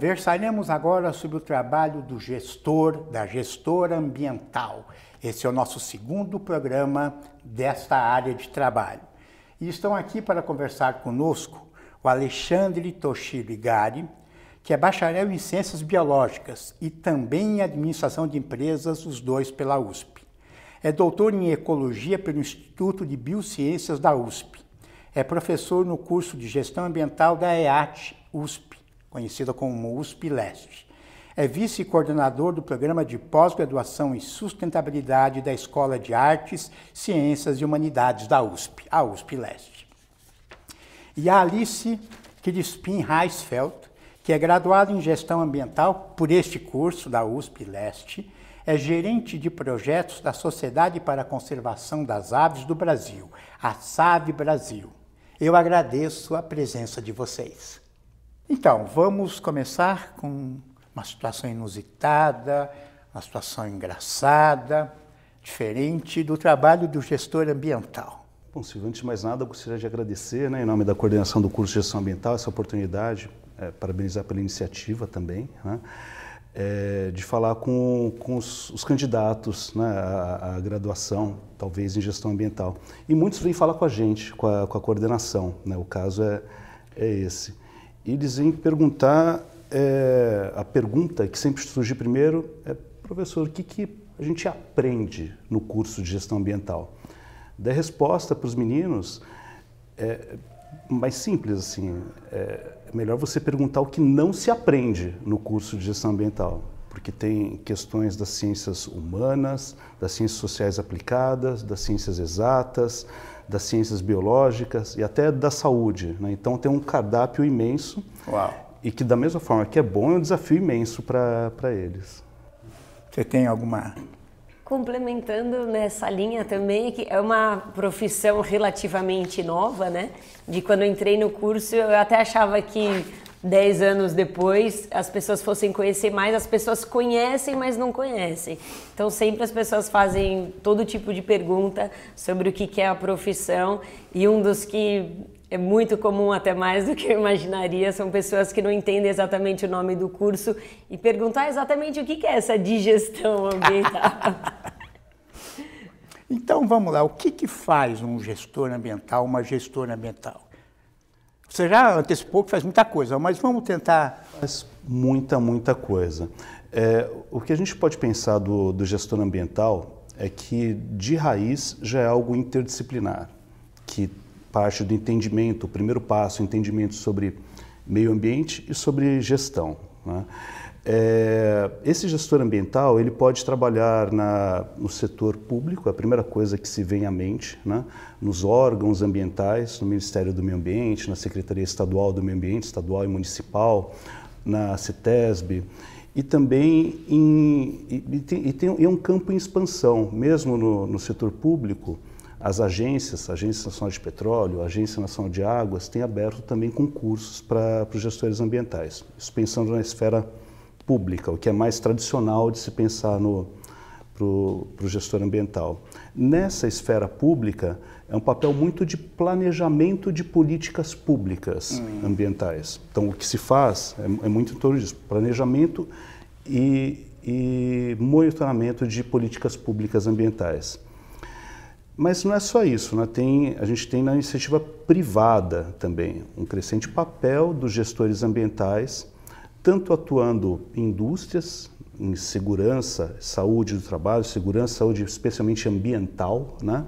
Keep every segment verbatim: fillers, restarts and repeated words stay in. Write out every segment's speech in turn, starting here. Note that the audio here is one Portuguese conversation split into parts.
Conversaremos agora sobre o trabalho do gestor, da gestora ambiental. Esse é o nosso segundo programa desta área de trabalho. E estão aqui para conversar conosco o Alexandre Toshiro Igari, que é bacharel em Ciências Biológicas e também em Administração de Empresas, os dois pela U S P. É doutor em Ecologia pelo Instituto de Biociências da U S P. É professor no curso de Gestão Ambiental da E A T U S P, conhecida como U S P Leste. É vice-coordenador do Programa de Pós-Graduação em Sustentabilidade da Escola de Artes, Ciências e Humanidades da U S P, a U S P Leste. E a Alice Crispim Reisfeld, que é graduada em Gestão Ambiental por este curso da U S P Leste, é gerente de projetos da Sociedade para a Conservação das Aves do Brasil, a S A V Brasil. Eu agradeço a presença de vocês. Então, vamos começar com uma situação inusitada, uma situação engraçada, diferente do trabalho do gestor ambiental. Bom, Silvio, antes de mais nada, eu gostaria de agradecer, né, em nome da coordenação do curso de Gestão Ambiental, essa oportunidade, é, parabenizar pela iniciativa também, né, é, de falar com, com os, os candidatos, né, à, à graduação, talvez em Gestão Ambiental. E muitos vêm falar com a gente, com a, com a coordenação, né, o caso é, é esse. E eles vêm perguntar, é, a pergunta que sempre surge primeiro é, professor, o que, que a gente aprende no curso de Gestão Ambiental? Da resposta para os meninos é mais simples, assim, é melhor você perguntar o que não se aprende no curso de Gestão Ambiental, porque tem questões das ciências humanas, das ciências sociais aplicadas, das ciências exatas, das ciências biológicas e até da saúde, né? Então tem um cardápio imenso. Uau. E que da mesma forma que é bom, é um desafio imenso para eles. Você tem alguma... Complementando nessa linha também, que é uma profissão relativamente nova, né? De quando eu entrei no curso, eu até achava que dez anos depois as pessoas fossem conhecer mais, as pessoas conhecem, mas não conhecem. Então sempre as pessoas fazem todo tipo de pergunta sobre o que é a profissão, e um dos que é muito comum, até mais do que eu imaginaria, são pessoas que não entendem exatamente o nome do curso e perguntam exatamente o que é essa digestão ambiental. Então vamos lá, o que, que faz um gestor ambiental, uma gestora ambiental? Você já antecipou que faz muita coisa, mas vamos tentar... Faz muita, muita coisa. É, o que a gente pode pensar do, do gestor ambiental é que, de raiz, já é algo interdisciplinar, que parte do entendimento, o primeiro passo, o entendimento sobre meio ambiente e sobre gestão, né? É, esse gestor ambiental, ele pode trabalhar na, no setor público, é a primeira coisa que se vem à mente, né? Nos órgãos ambientais, no Ministério do Meio Ambiente, na Secretaria Estadual do Meio Ambiente, estadual e municipal, na CETESB, e também em, e, e tem, e tem, e é um campo em expansão, mesmo no, no setor público. As agências, a Agência Nacional de Petróleo, a Agência Nacional de Águas, têm aberto também concursos para os gestores ambientais. Isso pensando na esfera pública, o que é mais tradicional de se pensar para o gestor ambiental. Nessa esfera pública, é um papel muito de planejamento de políticas públicas hum. ambientais. Então, o que se faz é, é muito em torno disso, planejamento e, e monitoramento de políticas públicas ambientais. Mas não é só isso, né? Tem, a gente tem na iniciativa privada também um crescente papel dos gestores ambientais, tanto atuando em indústrias, em segurança, saúde do trabalho, segurança, saúde especialmente ambiental, né?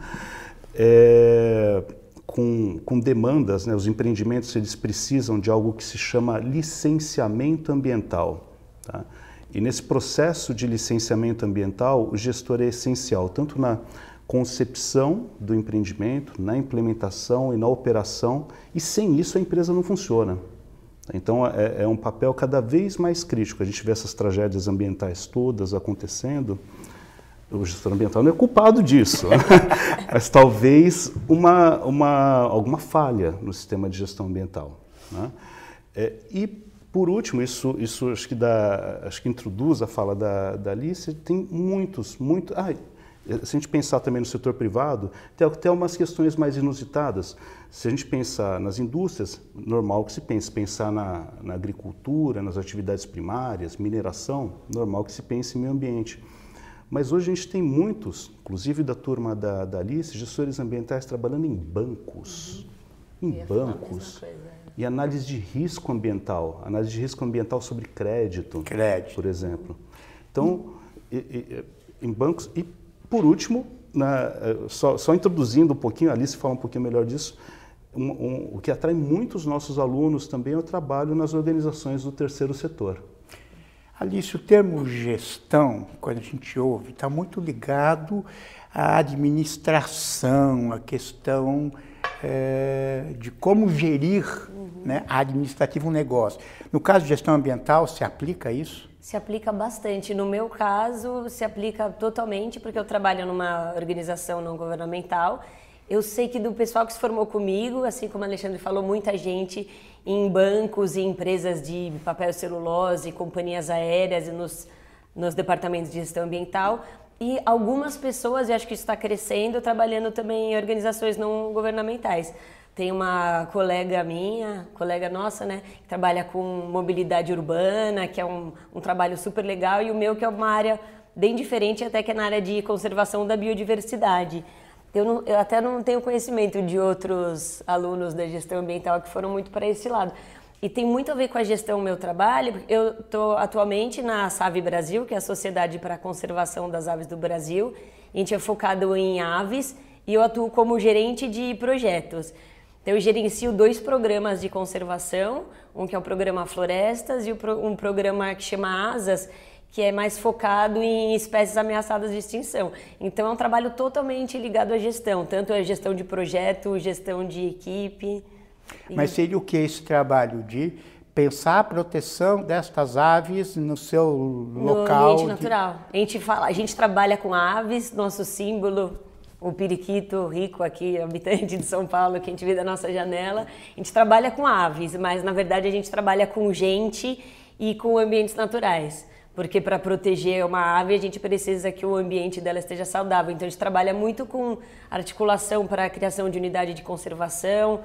É, com, com demandas, né? Os empreendimentos eles precisam de algo que se chama licenciamento ambiental, tá? E nesse processo de licenciamento ambiental, o gestor é essencial, tanto na concepção do empreendimento, na implementação e na operação, e sem isso a empresa não funciona. Então é, é um papel cada vez mais crítico. A gente vê essas tragédias ambientais todas acontecendo, o gestor ambiental não é culpado disso, mas talvez uma, uma, alguma falha no sistema de gestão ambiental, né? É, e por último, isso, isso acho, que dá, acho que introduz a fala da, da Alice, tem muitos, muitos... Ah, Se a gente pensar também no setor privado, tem até umas questões mais inusitadas. Se a gente pensar nas indústrias, normal que se pense, pensar na, na agricultura, nas atividades primárias, mineração, normal que se pense em meio ambiente. Mas hoje a gente tem muitos, inclusive da turma da, da Alice, gestores ambientais trabalhando em bancos, uhum. em bancos, coisa, é. E análise de risco ambiental, análise de risco ambiental sobre crédito, crédito. por exemplo. Então, e, e, em bancos, e por último, na, só, só introduzindo um pouquinho, a Alice fala um pouquinho melhor disso, um, um, o que atrai muitos nossos alunos também é o trabalho nas organizações do terceiro setor. Alice, o termo gestão, quando a gente ouve, está muito ligado à administração, à questão é, de como gerir uhum. né, administrativo um negócio. No caso de gestão ambiental, se aplica isso? Se aplica bastante. No meu caso, se aplica totalmente, porque eu trabalho numa organização não governamental. Eu sei que do pessoal que se formou comigo, assim como o Alexandre falou, muita gente em bancos e empresas de papel e celulose, companhias aéreas e nos, nos departamentos de gestão ambiental. E algumas pessoas, e acho que isso está crescendo, trabalhando também em organizações não governamentais. Tem uma colega minha, colega nossa, né, que trabalha com mobilidade urbana, que é um, um trabalho super legal, e o meu que é uma área bem diferente, até que é na área de conservação da biodiversidade. Eu, não, eu até não tenho conhecimento de outros alunos da gestão ambiental que foram muito para esse lado. E tem muito a ver com a gestão do meu trabalho. Eu estou atualmente na SAVE Brasil, que é a Sociedade para a Conservação das Aves do Brasil. A gente é focado em aves e eu atuo como gerente de projetos. Então, eu gerencio dois programas de conservação, um que é o programa Florestas e um programa que chama Asas, que é mais focado em espécies ameaçadas de extinção. Então, é um trabalho totalmente ligado à gestão, tanto a gestão de projeto, gestão de equipe. Mas seria o que esse trabalho de pensar a proteção destas aves no seu local? No ambiente natural. De... A gente fala, a gente trabalha com aves, nosso símbolo, o periquito rico aqui, habitante de São Paulo, que a gente vê da nossa janela. A gente trabalha com aves, mas na verdade a gente trabalha com gente e com ambientes naturais. Porque para proteger uma ave a gente precisa que o ambiente dela esteja saudável. Então a gente trabalha muito com articulação para a criação de unidade de conservação,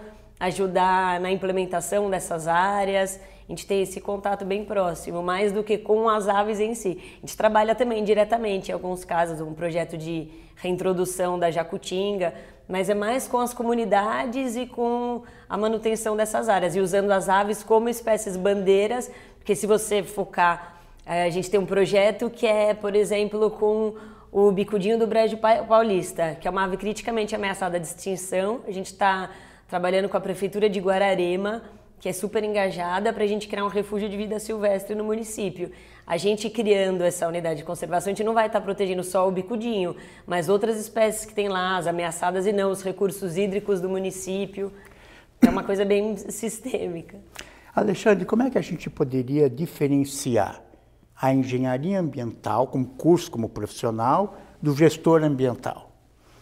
ajudar na implementação dessas áreas. A gente tem esse contato bem próximo, mais do que com as aves em si. A gente trabalha também diretamente, em alguns casos, um projeto de reintrodução da jacutinga, mas é mais com as comunidades e com a manutenção dessas áreas, e usando as aves como espécies bandeiras, porque se você focar, a gente tem um projeto que é, por exemplo, com o bicudinho do brejo paulista, que é uma ave criticamente ameaçada de extinção. A gente está trabalhando com a Prefeitura de Guararema, que é super engajada para a gente criar um refúgio de vida silvestre no município. A gente criando essa unidade de conservação, a gente não vai estar protegendo só o bicudinho, mas outras espécies que tem lá, as ameaçadas e não, os recursos hídricos do município. É uma coisa bem sistêmica. Alexandre, como é que a gente poderia diferenciar a engenharia ambiental como curso, como profissional, do gestor ambiental?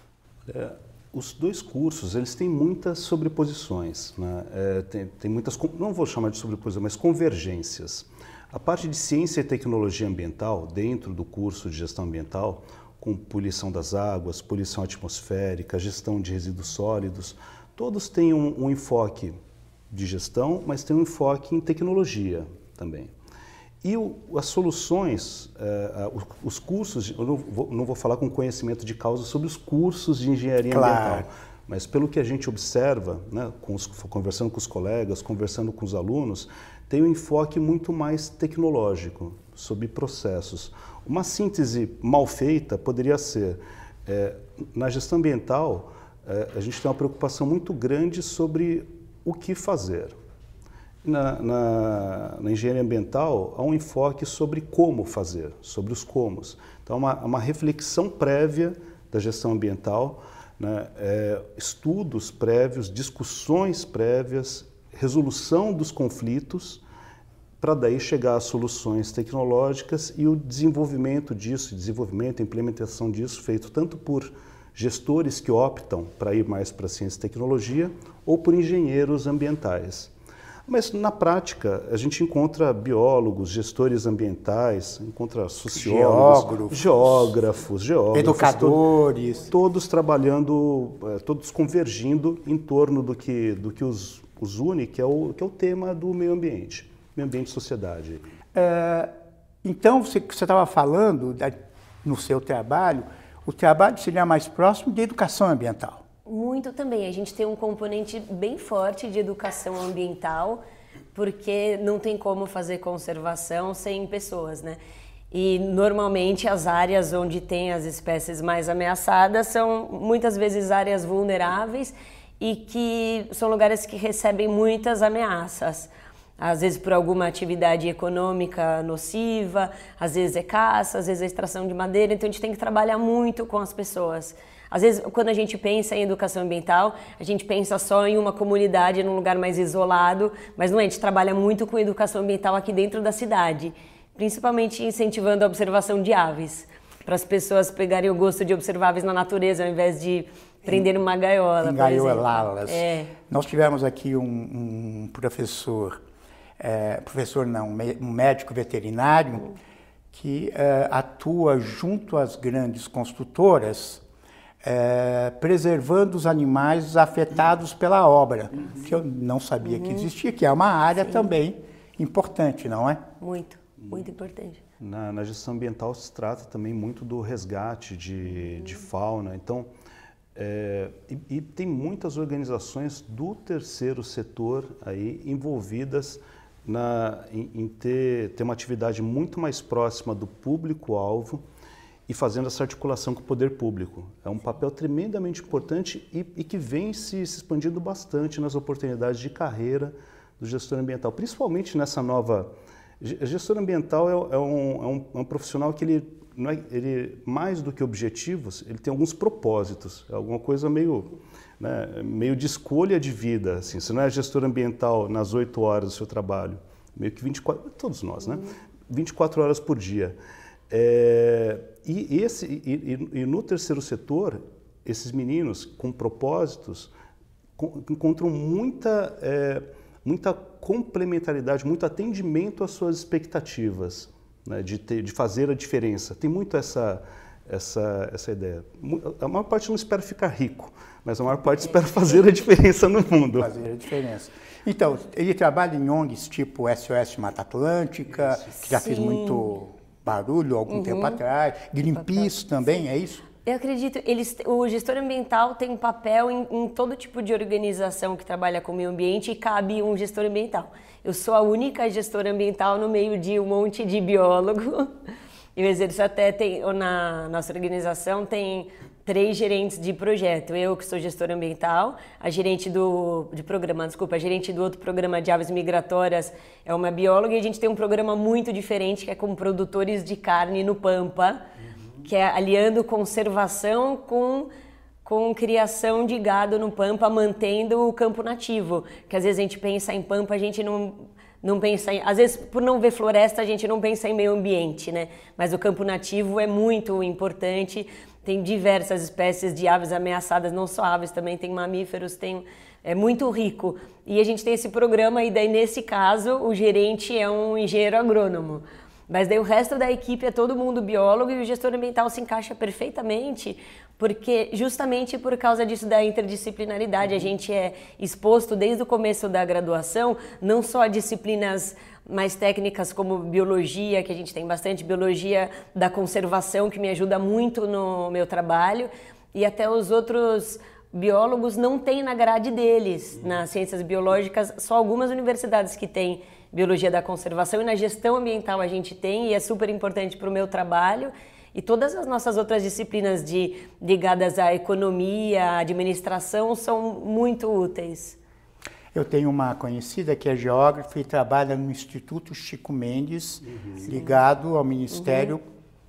É, os dois cursos, eles têm muitas sobreposições, né? é, tem, tem muitas, não vou chamar de sobreposição, mas convergências. A parte de ciência e tecnologia ambiental, dentro do curso de gestão ambiental, com poluição das águas, poluição atmosférica, gestão de resíduos sólidos, todos têm um, um enfoque de gestão, mas tem um enfoque em tecnologia também. E o, as soluções, eh, os cursos, eu não vou, não vou falar com conhecimento de causa sobre os cursos de engenharia claro. ambiental, mas pelo que a gente observa, né, com os, conversando com os colegas, conversando com os alunos, tem um enfoque muito mais tecnológico, sobre processos. Uma síntese mal feita poderia ser, eh, na gestão ambiental, eh, a gente tem uma preocupação muito grande sobre o que fazer. Na, na, na engenharia ambiental, há um enfoque sobre como fazer, sobre os comos. Então, uma, uma reflexão prévia da gestão ambiental, né, é, estudos prévios, discussões prévias, resolução dos conflitos, para daí chegar a soluções tecnológicas e o desenvolvimento disso, desenvolvimento e implementação disso, feito tanto por gestores que optam para ir mais para a ciência e tecnologia ou por engenheiros ambientais. Mas, na prática, a gente encontra biólogos, gestores ambientais, encontra sociólogos, geógrafos, geógrafos, geógrafos educadores. Todos, todos trabalhando, todos convergindo em torno do que, do que os, os une, que é, o, que é o tema do meio ambiente, meio ambiente e sociedade. É, então, você estava falando da, no seu trabalho, o trabalho seria mais próximo de educação ambiental. Muito também. A gente tem um componente bem forte de educação ambiental, porque não tem como fazer conservação sem pessoas, né? E normalmente as áreas onde tem as espécies mais ameaçadas são muitas vezes áreas vulneráveis e que são lugares que recebem muitas ameaças. Às vezes por alguma atividade econômica nociva, às vezes é caça, às vezes é extração de madeira, então a gente tem que trabalhar muito com as pessoas. Às vezes, quando a gente pensa em educação ambiental, a gente pensa só em uma comunidade, num lugar mais isolado, mas não é, a gente trabalha muito com educação ambiental aqui dentro da cidade, principalmente incentivando a observação de aves, para as pessoas pegarem o gosto de observar aves na natureza, ao invés de prender numa gaiola, Engaiolá-las. É. Nós tivemos aqui um, um professor, é, professor não, um médico veterinário, que é, atua junto às grandes construtoras, É, preservando os animais afetados pela obra, uhum. que eu não sabia uhum. que existia, que é uma área Sim. também importante, não é? Muito, muito importante. Na, na gestão ambiental se trata também muito do resgate de, uhum. de fauna, então, é, e, e tem muitas organizações do terceiro setor aí envolvidas na, em, em ter, ter uma atividade muito mais próxima do público-alvo, e fazendo essa articulação com o poder público. É um papel tremendamente importante e, e que vem se, se expandindo bastante nas oportunidades de carreira do gestor ambiental, principalmente nessa nova... O gestor ambiental é, é, um, é, um, é um profissional que ele, não é, ele, mais do que objetivos, ele tem alguns propósitos, é alguma coisa meio, né, meio de escolha de vida. Assim. Você não é gestor ambiental nas oito horas do seu trabalho, meio que vinte e quatro, todos nós, né? vinte e quatro horas por dia. É, e, esse, e, e, e no terceiro setor, esses meninos com propósitos com, encontram muita, é, muita complementaridade, muito atendimento às suas expectativas, né, de, ter, de fazer a diferença. Tem muito essa, essa, essa ideia. A maior parte não espera ficar rico, mas a maior parte espera fazer a diferença no mundo. Fazer a diferença. Então, ele trabalha em O N Gs tipo S O S Mata Atlântica, que já Sim. fez muito... barulho há algum uhum. tempo atrás, Greenpeace também, é isso? Eu acredito, eles, o gestor ambiental tem um papel em, em todo tipo de organização que trabalha com o meio ambiente e cabe um gestor ambiental. Eu sou a única gestora ambiental no meio de um monte de biólogo. Eu exerço até, tem, na nossa organização tem três gerentes de projeto. Eu que sou gestora ambiental, a gerente do, de programa, desculpa, a gerente do outro programa de aves migratórias é uma bióloga e a gente tem um programa muito diferente que é com produtores de carne no Pampa, uhum. que é aliando conservação com, com criação de gado no Pampa, mantendo o campo nativo. Que às vezes a gente pensa em Pampa, a gente não... Não pensa em, às vezes, por não ver floresta, a gente não pensa em meio ambiente, né? Mas o campo nativo é muito importante. Tem diversas espécies de aves ameaçadas, não só aves, também tem mamíferos, tem, é muito rico. E a gente tem esse programa e daí, nesse caso, o gerente é um engenheiro agrônomo. Mas daí o resto da equipe é todo mundo biólogo e o gestor ambiental se encaixa perfeitamente, porque justamente por causa disso da interdisciplinaridade, a gente é exposto desde o começo da graduação, não só a disciplinas mais técnicas como biologia, que a gente tem bastante biologia da conservação, que me ajuda muito no meu trabalho, e até os outros biólogos não têm na grade deles, nas ciências biológicas, só algumas universidades que têm biologia da conservação, e na gestão ambiental a gente tem, e é super importante para o meu trabalho, e todas as nossas outras disciplinas de, ligadas à economia, à administração, são muito úteis. Eu tenho uma conhecida que é geógrafa e trabalha no Instituto Chico Mendes, uhum. ligado ao Ministério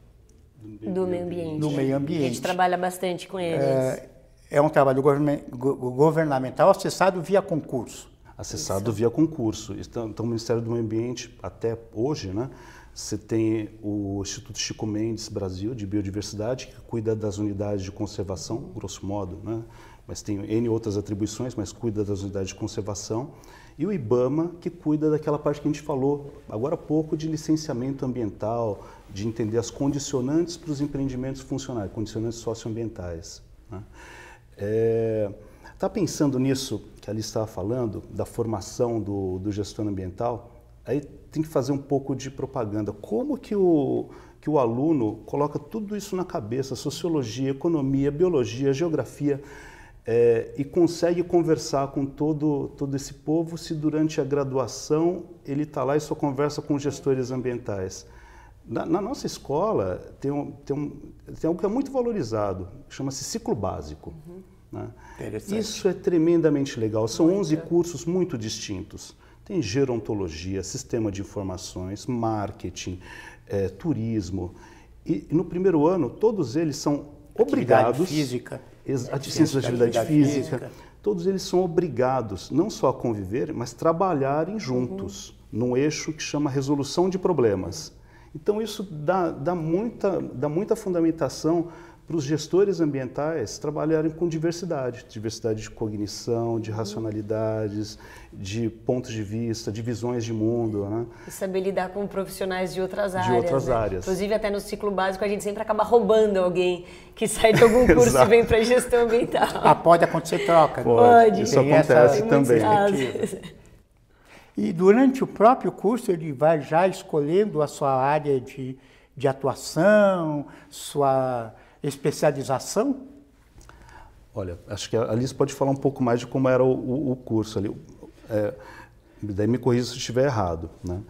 uhum. do Meio Ambiente. Do Meio Ambiente. A gente trabalha bastante com eles. É, é um trabalho governamental acessado via concurso. Acessado Isso. via concurso. Então, então, o Ministério do Meio Ambiente, até hoje, né, você tem o Instituto Chico Mendes Brasil, de Biodiversidade, que cuida das unidades de conservação, grosso modo, né? Mas tem N outras atribuições, mas cuida das unidades de conservação. e o IBAMA, que cuida daquela parte que a gente falou agora há pouco de licenciamento ambiental, de entender as condicionantes para os empreendimentos funcionarem, condicionantes socioambientais. Né? É, tá pensando nisso que a Alice estava falando, da formação do, do gestor ambiental? Aí tem que fazer um pouco de propaganda. Como que o, que o aluno coloca tudo isso na cabeça, sociologia, economia, biologia, geografia, é, e consegue conversar com todo, todo esse povo se durante a graduação ele está lá e só conversa com gestores ambientais? Na, na nossa escola tem, um, tem, um, tem algo que é muito valorizado, chama-se ciclo básico. Uhum. Né? Isso é tremendamente legal, são muito. onze cursos muito distintos. Tem gerontologia, sistema de informações, marketing, é, turismo. E, e no primeiro ano, todos eles são obrigados... Atividade física. A ciência da atividade, atividade física, física. Todos eles são obrigados, não só a conviver, mas trabalharem juntos, uhum. num eixo que chama resolução de problemas. Então isso dá, dá, muita, dá muita fundamentação para os gestores ambientais trabalharem com diversidade, diversidade de cognição, de racionalidades, de pontos de vista, de visões de mundo. Né? E saber lidar com profissionais de outras áreas. De outras né? áreas. Inclusive até no ciclo básico a gente sempre acaba roubando alguém que sai de algum curso e vem para gestão ambiental. Ah, pode acontecer troca. Pode, pode. Isso Tem acontece essa, também. E durante o próprio curso ele vai já escolhendo a sua área de, de atuação, sua especialização? Olha, acho que a Alice pode falar um pouco mais de como era o, o, o curso ali. É, daí me corrija se eu estiver errado. Né?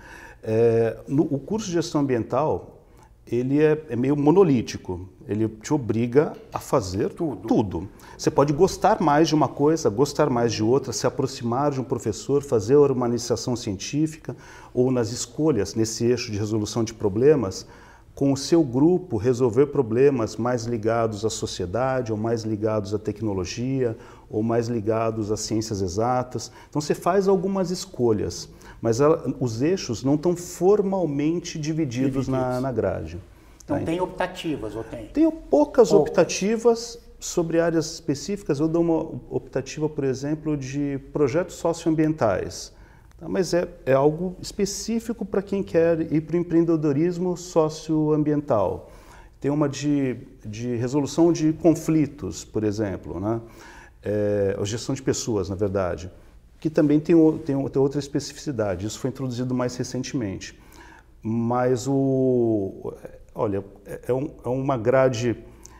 É, no, o curso de gestão ambiental, ele é, é meio monolítico. Ele te obriga a fazer tudo. tudo. Você pode gostar mais de uma coisa, gostar mais de outra, se aproximar de um professor, fazer uma iniciação científica ou nas escolhas, nesse eixo de resolução de problemas, com o seu grupo resolver problemas mais ligados à sociedade, ou mais ligados à tecnologia, ou mais ligados às ciências exatas. Então você faz algumas escolhas, mas ela, os eixos não estão formalmente divididos, divididos. Na, na grade. Não tá? tem optativas, ou tem? Tenho poucas, poucas optativas sobre áreas específicas. Eu dou uma optativa, por exemplo, de projetos socioambientais. Mas é, é algo específico para quem quer ir para o empreendedorismo socioambiental. Tem uma de, de resolução de conflitos, por exemplo, né? É, a gestão de pessoas, na verdade, que também tem, tem, tem outra especificidade. Isso foi introduzido mais recentemente. Mas, o, olha, é, um, é uma grade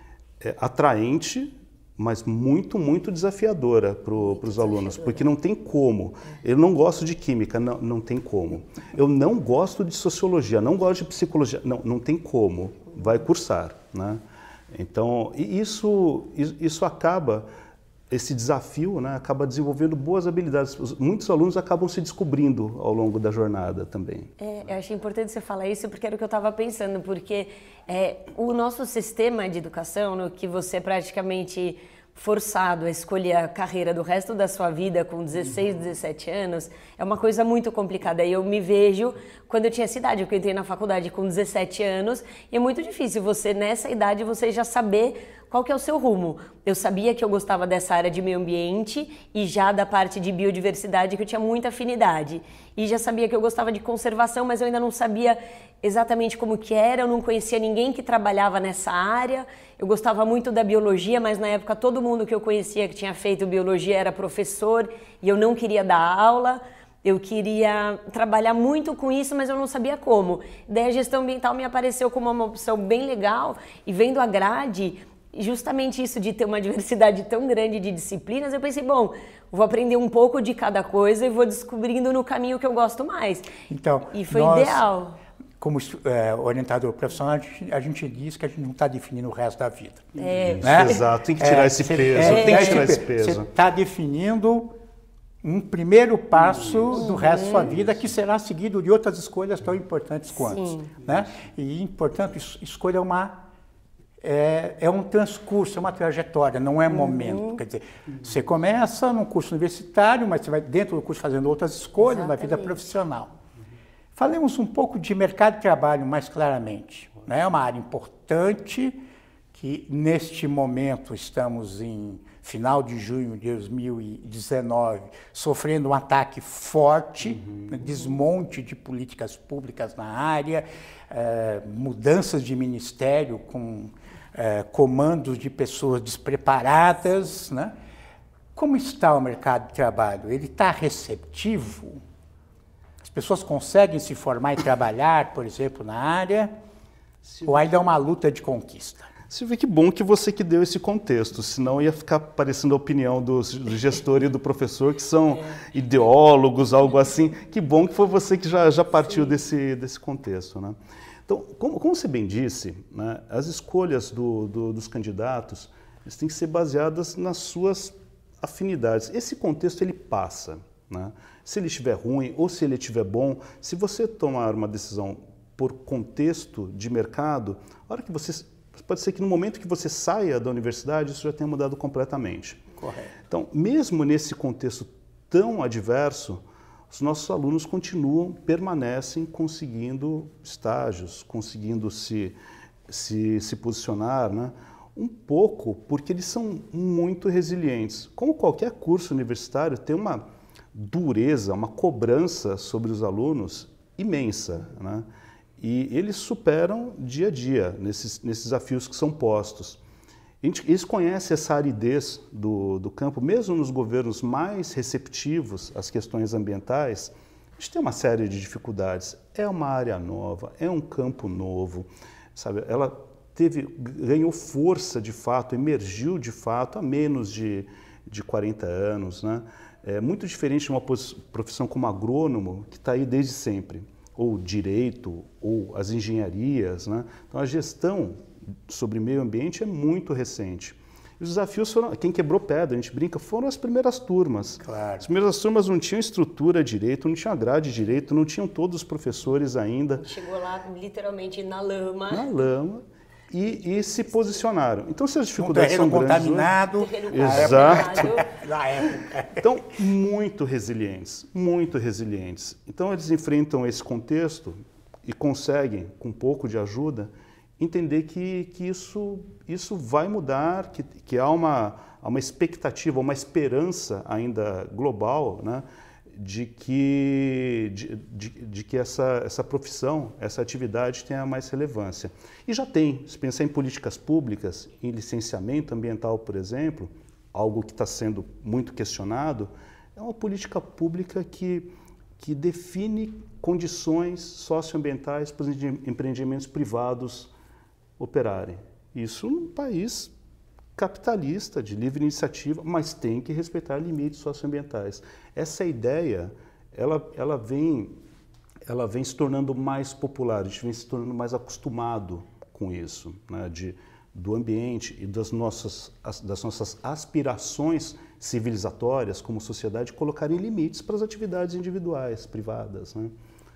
é, atraente, mas muito, muito desafiadora para os alunos, porque não tem como. Eu não gosto de química, não, não tem como. Eu não gosto de sociologia, não gosto de psicologia, não, não tem como. Vai cursar, né? Então, isso, isso acaba, esse desafio, né, acaba desenvolvendo boas habilidades. Muitos alunos acabam se descobrindo ao longo da jornada também. É, eu achei importante você falar isso porque era o que eu estava pensando, porque é, o nosso sistema de educação, no que você é praticamente forçado a escolher a carreira do resto da sua vida com dezesseis, dezessete anos, é uma coisa muito complicada. E eu me vejo quando eu tinha essa idade, porque eu entrei na faculdade com dezessete anos, e é muito difícil você, nessa idade, você já saber qual que é o seu rumo. Eu sabia que eu gostava dessa área de meio ambiente e já da parte de biodiversidade, que eu tinha muita afinidade. E já sabia que eu gostava de conservação, mas eu ainda não sabia exatamente como que era, eu não conhecia ninguém que trabalhava nessa área. Eu gostava muito da biologia, mas na época todo mundo que eu conhecia que tinha feito biologia era professor e eu não queria dar aula. Eu queria trabalhar muito com isso, mas eu não sabia como. Daí a gestão ambiental me apareceu como uma opção bem legal e vendo a grade, justamente isso de ter uma diversidade tão grande de disciplinas, eu pensei, bom, vou aprender um pouco de cada coisa e vou descobrindo no caminho que eu gosto mais. Então, e foi nós, ideal. Como é, orientador profissional, a gente, a gente diz que a gente não está definindo o resto da vida. É. Né? Exato, tem que tirar é, esse cê, peso, é, tem é, que tirar esse Você peso. está definindo um primeiro passo uhum. do resto da sua vida, que será seguido de outras escolhas tão importantes quanto. Né? E, portanto, escolha uma... É, é um transcurso, é uma trajetória, não é momento. Uhum. Quer dizer, você começa num curso universitário, mas você vai dentro do curso fazendo outras escolhas Exatamente. Na vida profissional. Uhum. Falemos um pouco de mercado de trabalho mais claramente. Né? É uma área importante que, neste momento, estamos em final de junho de dois mil e dezenove, sofrendo um ataque forte, uhum. desmonte de políticas públicas na área, eh, mudanças de ministério com eh, comandos de pessoas despreparadas, né? Como está o mercado de trabalho? Ele está receptivo? As pessoas conseguem se formar e trabalhar, por exemplo, na área? Ou ainda é uma luta de conquista? Silvia, que bom que você que deu esse contexto, senão ia ficar parecendo a opinião do, do gestor e do professor, que são é. ideólogos, algo assim. Que bom que foi você que já, já partiu desse, desse contexto, né? Então, como, como você bem disse, né, as escolhas do, do, dos candidatos eles têm que ser baseadas nas suas afinidades. Esse contexto ele passa, né? Se ele estiver ruim ou se ele estiver bom, se você tomar uma decisão por contexto de mercado, a hora que você... Pode ser que no momento que você saia da universidade, isso já tenha mudado completamente. Correto. Então, mesmo nesse contexto tão adverso, os nossos alunos continuam, permanecem conseguindo estágios, conseguindo se, se, se posicionar, né? Um pouco porque eles são muito resilientes. Como qualquer curso universitário, tem uma dureza, uma cobrança sobre os alunos imensa, né? E eles superam dia a dia nesses, nesses desafios que são postos. Eles conhecem essa aridez do, do campo, mesmo nos governos mais receptivos às questões ambientais, a gente tem uma série de dificuldades. É uma área nova, é um campo novo, sabe? Ela teve, ganhou força de fato, emergiu de fato há menos de, de quarenta anos, né? É muito diferente de uma profissão como agrônomo, que está aí desde sempre, ou direito, ou as engenharias, né? Então a gestão sobre meio ambiente é muito recente. E os desafios foram, quem quebrou pedra, a gente brinca, foram as primeiras turmas. Claro. As primeiras turmas não tinham estrutura direito, não tinham grade direito, não tinham todos os professores ainda. Chegou lá literalmente na lama. Na lama. E, e se posicionaram. Então, se as dificuldades são grandes... contaminado. Exato. Na época. Então, muito resilientes, muito resilientes. Então, eles enfrentam esse contexto e conseguem, com um pouco de ajuda, entender que, que isso, isso vai mudar, que, que há uma, há uma expectativa, uma esperança ainda global, né, de que, de, de, de que essa, essa profissão, essa atividade tenha mais relevância. E já tem, se pensar em políticas públicas, em licenciamento ambiental, por exemplo, algo que está sendo muito questionado, é uma política pública que, que define condições socioambientais para os empreendimentos privados operarem. Isso num país capitalista, de livre iniciativa, mas tem que respeitar limites socioambientais. Essa ideia, ela, ela, vem, ela vem se tornando mais popular, a gente vem se tornando mais acostumado com isso, né, de, do ambiente e das nossas, das nossas aspirações civilizatórias como sociedade colocarem limites para as atividades individuais, privadas, né?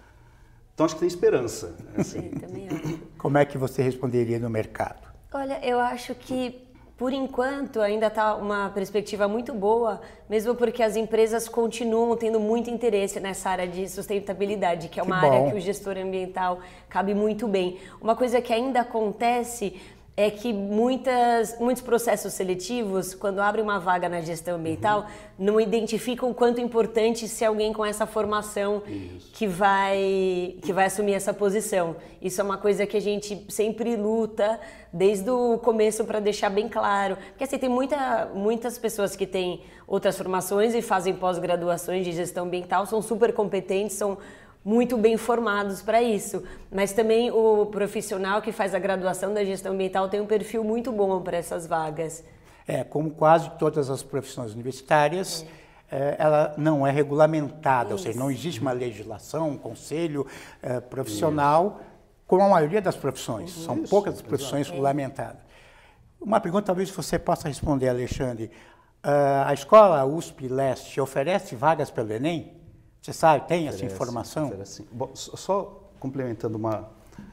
Então acho que tem esperança. Assim. Sim, também acho. Como é que você responderia no mercado? Olha, eu acho que por enquanto ainda está uma perspectiva muito boa, mesmo porque as empresas continuam tendo muito interesse nessa área de sustentabilidade, que é uma que área que o gestor ambiental cabe muito bem. Uma coisa que ainda acontece é que muitas, muitos processos seletivos, quando abrem uma vaga na gestão ambiental, uhum. não identificam o quanto importante ser alguém com essa formação que vai, que vai assumir essa posição. Isso é uma coisa que a gente sempre luta desde o começo para deixar bem claro. Porque assim, tem muita, muitas pessoas que têm outras formações e fazem pós-graduações de gestão ambiental, são super competentes, são muito bem formados para isso, mas também o profissional que faz a graduação da gestão ambiental tem um perfil muito bom para essas vagas. É, como quase todas as profissões universitárias, é. É, ela não é regulamentada, isso. Ou seja, não existe uma legislação, um conselho é, profissional, isso. como a maioria das profissões, uhum. são isso. poucas as profissões Exato. regulamentadas. Uma pergunta talvez você possa responder, Alexandre. Uh, a escola U S P Leste oferece vagas pelo Enem? Você sabe, tem essa informação? Oferece. Bom, só complementando uma,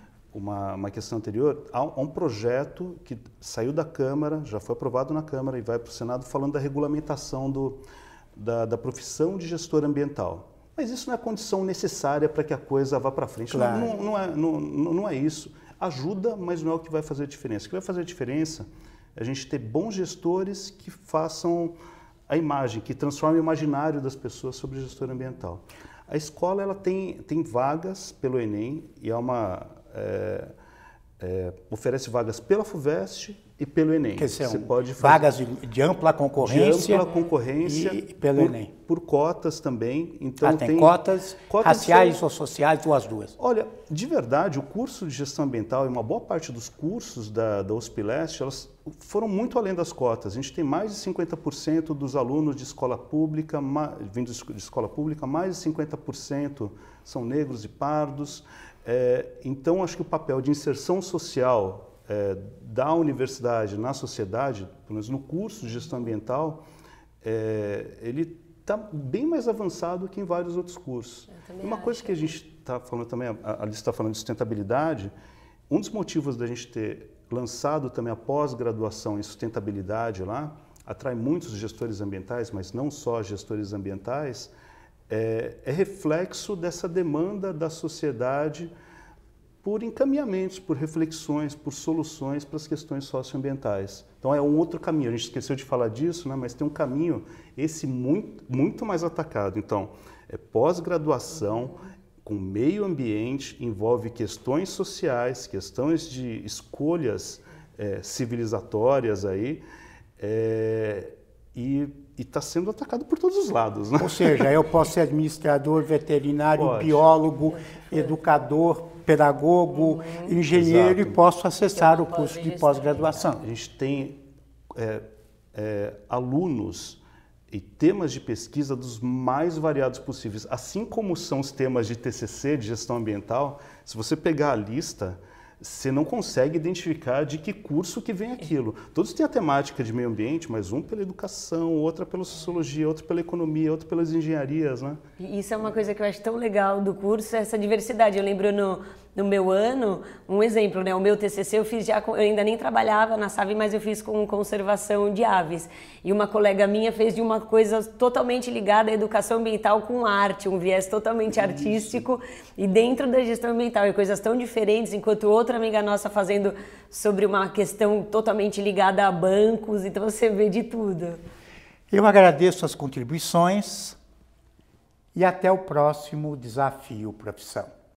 uma, uma questão anterior, há um, há um projeto que saiu da Câmara, já foi aprovado na Câmara e vai para o Senado, falando da regulamentação do, da, da profissão de gestor ambiental. Mas isso não é condição necessária para que a coisa vá para frente. Claro. Não, não, é, não, não é isso. Ajuda, mas não é o que vai fazer a diferença. O que vai fazer a diferença a gente ter bons gestores que façam a imagem, que transformem o imaginário das pessoas sobre gestor ambiental. A escola ela tem, tem vagas pelo Enem e é uma, é, é, oferece vagas pela FUVEST e pelo Enem. Quer dizer, Você pode fazer vagas de, de ampla concorrência. De ampla concorrência e pelo por, Enem. Por cotas também. Então, ah, tem, tem cotas, cotas raciais são, ou sociais, ou as duas? Olha, de verdade, o curso de gestão ambiental e uma boa parte dos cursos da, da U S P Leste, elas foram muito além das cotas. A gente tem mais de cinquenta por cento dos alunos de escola pública, vindo de escola pública, mais de cinquenta por cento são negros e pardos. É, então, acho que o papel de inserção social É, da universidade na sociedade, pelo menos no curso de gestão ambiental, é, ele está bem mais avançado que em vários outros cursos. Uma acho. coisa que a gente está falando também, a Alice está falando de sustentabilidade, um dos motivos da gente ter lançado também a pós-graduação em sustentabilidade lá, atrai muitos gestores ambientais, mas não só gestores ambientais, é, é reflexo dessa demanda da sociedade por encaminhamentos, por reflexões, por soluções para as questões socioambientais. Então é um outro caminho, a gente esqueceu de falar disso, né? Mas tem um caminho, esse muito, muito mais atacado. Então, é pós-graduação com meio ambiente, envolve questões sociais, questões de escolhas é, civilizatórias aí, é, e está sendo atacado por todos os lados. Né? Ou seja, eu posso ser administrador, veterinário, Pode. biólogo, educador, pedagogo, uhum. engenheiro. Exato. E posso acessar o curso de pós-graduação. A gente tem é, é, alunos e temas de pesquisa dos mais variados possíveis. Assim como são os temas de T C C, de gestão ambiental, se você pegar a lista, você não consegue identificar de que curso que vem aquilo. Todos têm a temática de meio ambiente, mas um pela educação, outra pela sociologia, outro pela economia, outro pelas engenharias, né? Isso é uma coisa que eu acho tão legal do curso, essa diversidade. Eu lembro no, no meu ano, um exemplo, né? O meu T C C eu fiz já, com, eu ainda nem trabalhava na S A V, mas eu fiz com conservação de aves. E uma colega minha fez de uma coisa totalmente ligada à educação ambiental com arte, um viés totalmente Isso. artístico e dentro da gestão ambiental. E coisas tão diferentes, enquanto outra amiga nossa fazendo sobre uma questão totalmente ligada a bancos, então você vê de tudo. Eu agradeço as contribuições e até o próximo Desafio Profissão.